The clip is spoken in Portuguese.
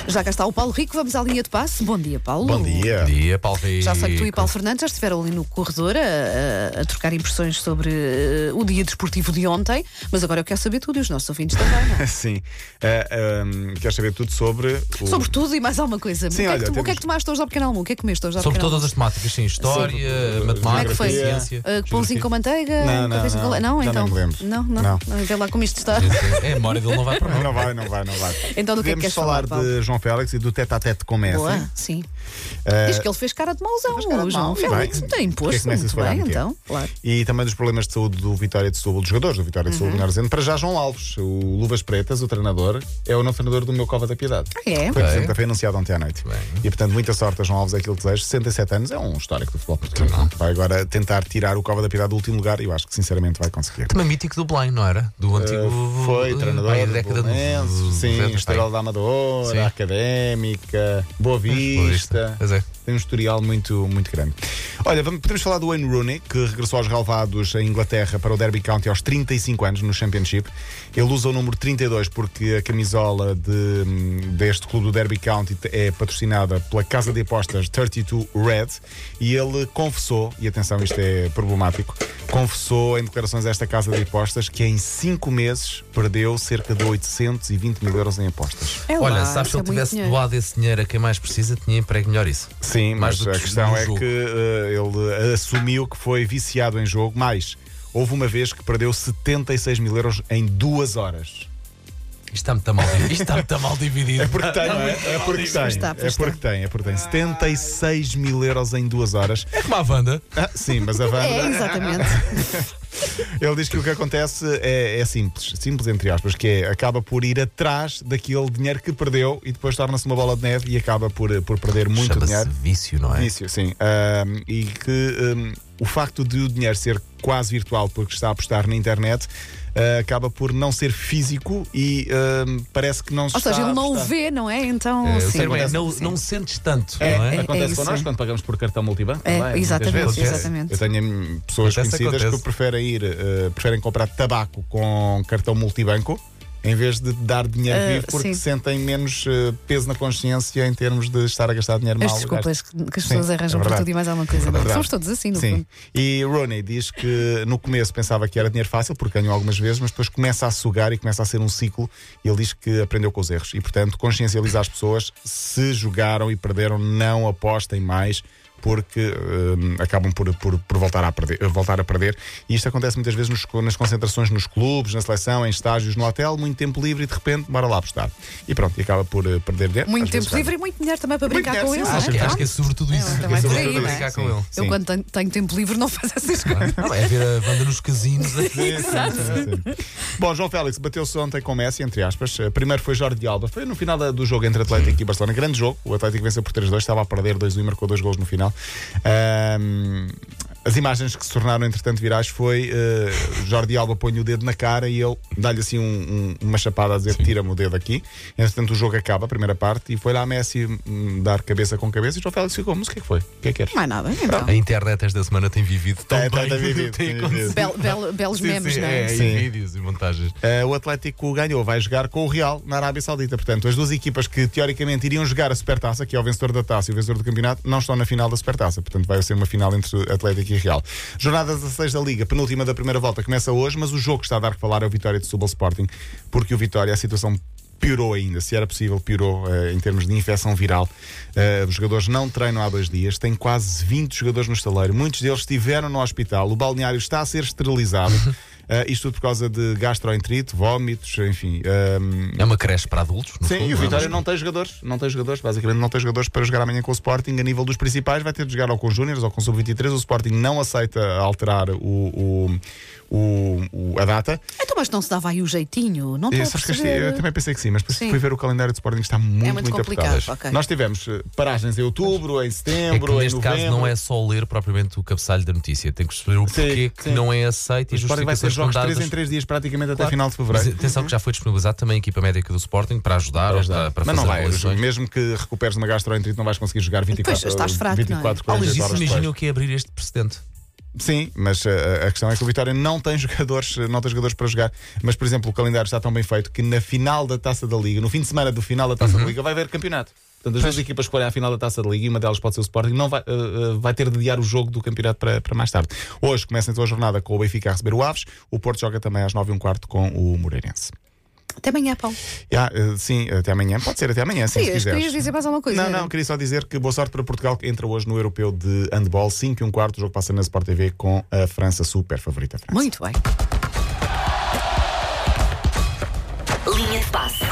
Já cá está o Paulo Rico, vamos à linha de passe. Bom dia, Paulo. Bom dia. Bom dia, Paulo Rico. Já sei que tu e Paulo Fernandes já estiveram ali no corredor a trocar impressões sobre o dia desportivo de ontem, mas agora eu quero saber tudo e os nossos ouvintes também, não é? Sim. Queres saber tudo sobre. Sobre tudo e mais alguma coisa. Sim, o que é que tomaste hoje ao pequeno almoço? O que é que comeste hoje ao Sobre pequeno todas almoço? as temáticas, sim. História, Como é que matemática, foi? ciência. Pãozinho com manteiga? Não, cafezinho com leite? Não, já então. nem me lembro. Não. Vê lá como isto está. É, a memória dele não vai para Não nada. vai. Então do que é que Podemos queres falar Paulo? de João Félix e do tete-a-tete com Messi. Boa, sim. Diz que ele fez cara de mauzão, Fez cara de o João mau, e Félix. bem. Tem imposto. Porque é que Messi se Muito foi dar bem, meter? então, claro. E também dos problemas de saúde do Vitória de Setúbal, dos jogadores do Vitória de Setúbal, melhor dizendo. Para já, João Alves, o Luvas Pretas, o treinador, é o novo treinador do meu Cova da Piedade. É. Foi anunciado ontem à noite. Bem. E portanto, muita sorte a João Alves, é aquilo que desejo. 67 anos, é um histórico do futebol português. Vai agora tentar tirar o Cova da Piedade do último lugar e eu acho que sinceramente vai conseguir. Também mítico do Belém, não era? Do antigo. Foi treinador da do década de Belenenses, sim, 90, Estrela da Amadora, Sim. Académica, Boa Vista. Pois é. Tem um historial muito grande. Olha, podemos falar do Wayne Rooney, que regressou aos relevados em Inglaterra para o Derby County aos 35 anos no Championship. Ele usa o número 32 porque a camisola deste clube do Derby County é patrocinada pela casa de apostas 32 Red e ele confessou, e atenção, isto é problemático, confessou em declarações a esta casa de apostas que em 5 meses perdeu cerca de 820 mil euros em apostas. É Olha, lá, sabes se isso ele é muito tivesse dinheiro. doado esse dinheiro a quem mais precisa, tinha emprego melhor isso. Sim, Mais mas do a que questão no é jogo. que ele assumiu que foi viciado em jogo, mas houve uma vez que perdeu 76 mil euros em 2 horas. Isto está muito mal dividido. Isto está muito mal dividido. É porque tem, não é? É porque tem. Pois está. É porque tem. 76 mil euros em 2 horas. É como a Wanda. Sim, mas a Wanda. É, exatamente. Ele diz que o que acontece é simples entre aspas, que é acaba por ir atrás daquele dinheiro que perdeu e depois torna-se uma bola de neve e acaba por perder muito Chama-se dinheiro. vício, não é? Vício, sim. E que o facto de o dinheiro ser quase virtual porque está a apostar na internet acaba por não ser físico e parece que não se Ou está seja, ele a não o apostar. vê, não é? Então, O sim. termo é, acontece- não sentes tanto, não é? Acontece isso, connosco é. quando pagamos por cartão multibanco. É, também, exatamente, muitas vezes. exatamente. Eu tenho pessoas Acontece. conhecidas que preferem comprar tabaco com cartão multibanco em vez de dar dinheiro vivo porque sim. sentem menos peso na consciência em termos de estar a gastar dinheiro As mal. desculpas que as Sim, pessoas é arranjam por verdade. tudo e mais alguma coisa. não é? verdade. Somos todos assim, no Sim. fundo. E Rooney diz que no começo pensava que era dinheiro fácil, porque ganhou algumas vezes, mas depois começa a sugar e começa a ser um ciclo. E ele diz que aprendeu com os erros. E, portanto, consciencializa as pessoas: se jogaram e perderam, não apostem mais, porque acabam por voltar a perder. E isto acontece muitas vezes nas concentrações nos clubes, na seleção, em estágios, no hotel, muito tempo livre e de repente, bora lá apostar. E pronto, e acaba por perder dinheiro. Muito Às vezes tempo livre e muito dinheiro também para Muito brincar com dinheiro, ele. sim, não é? Acho que é sobretudo isso. também É por sobretudo aí, não é? brincar com Sim. ele. Eu, quando tenho tempo livre, não faço essas Não coisas. é? Não, é ver a Wanda nos casinos. Sim. Bom, João Félix bateu-se ontem com Messi, entre aspas. Primeiro foi Jordi Alba. Foi no final do jogo entre Atlético e Barcelona. Grande jogo. O Atlético venceu por 3-2. Estava a perder 2-1 e marcou 2 golos no final. As imagens que se tornaram, entretanto, virais foi Jordi Alba põe o dedo na cara e ele dá-lhe assim uma chapada a dizer tira-me o dedo aqui. Entretanto, o jogo acaba, a primeira parte, e foi lá a Messi dar cabeça com cabeça e João Félix ficou, mas o que é que foi? O que é que queres? Mais nada, então. A internet esta semana tem vivido tão Tem bem. vivido, Tem tem acontecido. Belos Sim, memes, sim, não é? e Sim. vídeos e montagens. O Atlético ganhou, vai jogar com o Real na Arábia Saudita. Portanto, as duas equipas que teoricamente iriam jogar a Supertaça, que é o vencedor da taça e o vencedor do campeonato, não estão na final da Supertaça. Portanto, vai ser uma final entre Atlético e Real. Jornada 16 da Liga, penúltima da primeira volta, começa hoje, mas o jogo que está a dar que falar é o Vitória de Setúbal Sporting, porque o Vitória, a situação piorou ainda, se era possível, piorou em termos de infecção viral. Os jogadores não treinam há 2 dias, tem quase 20 jogadores no estaleiro, muitos deles estiveram no hospital, o balneário está a ser esterilizado. Isto tudo por causa de gastroenterite, vómitos, enfim. É uma creche para adultos. no Sim, fundo, e o não é? Vitória não tem jogadores, basicamente não tem jogadores para jogar amanhã com o Sporting. A nível dos principais, vai ter de jogar ou com Júniors ou com Sub-23. O Sporting não aceita alterar a data. Então, mas não se dava aí o jeitinho? Não estou a Sabes que perceber. eu também pensei que sim, mas depois Sim. fui ver o calendário do Sporting, está muito, muito complicado, apertado. ok. Nós tivemos paragens em outubro, em É que setembro, em neste novembro. caso não é só ler propriamente o cabeçalho da notícia, tem que perceber o porquê que sim. não é aceito O e Sporting vai ter justificações jogos dadas. 3 em 3 dias praticamente até Claro. final de Mas fevereiro. atenção que já foi disponibilizado também a equipa médica do Sporting para ajudar ou para Mas fazer não vai, avaliações. mesmo que recuperes uma gastroenterite, não vais conseguir jogar 24 estás fraco, não é? 24 Olha, 48 isso horas imagina depois. o que é abrir este precedente. Sim, mas a questão é que o Vitória não tem jogadores para jogar. Mas, por exemplo, o calendário está tão bem feito que na final da Taça da Liga, no fim de semana do final da Taça da Liga, vai haver campeonato. Portanto, as duas equipas que forem à final da Taça da Liga, e uma delas pode ser o Sporting, não vai ter de adiar o jogo do campeonato para mais tarde. Hoje começa então a jornada com o Benfica a receber o Aves. O Porto joga também às 9h15 com o Moreirense. Até amanhã, Paulo. Sim, até amanhã. Pode ser até amanhã, sim, se quiseres. Querias dizer mais alguma coisa? Não, queria só dizer que boa sorte para Portugal, que entra hoje no Europeu de Handball, 5h15. O jogo passa na Sport TV com a França, super favorita França. Muito bem.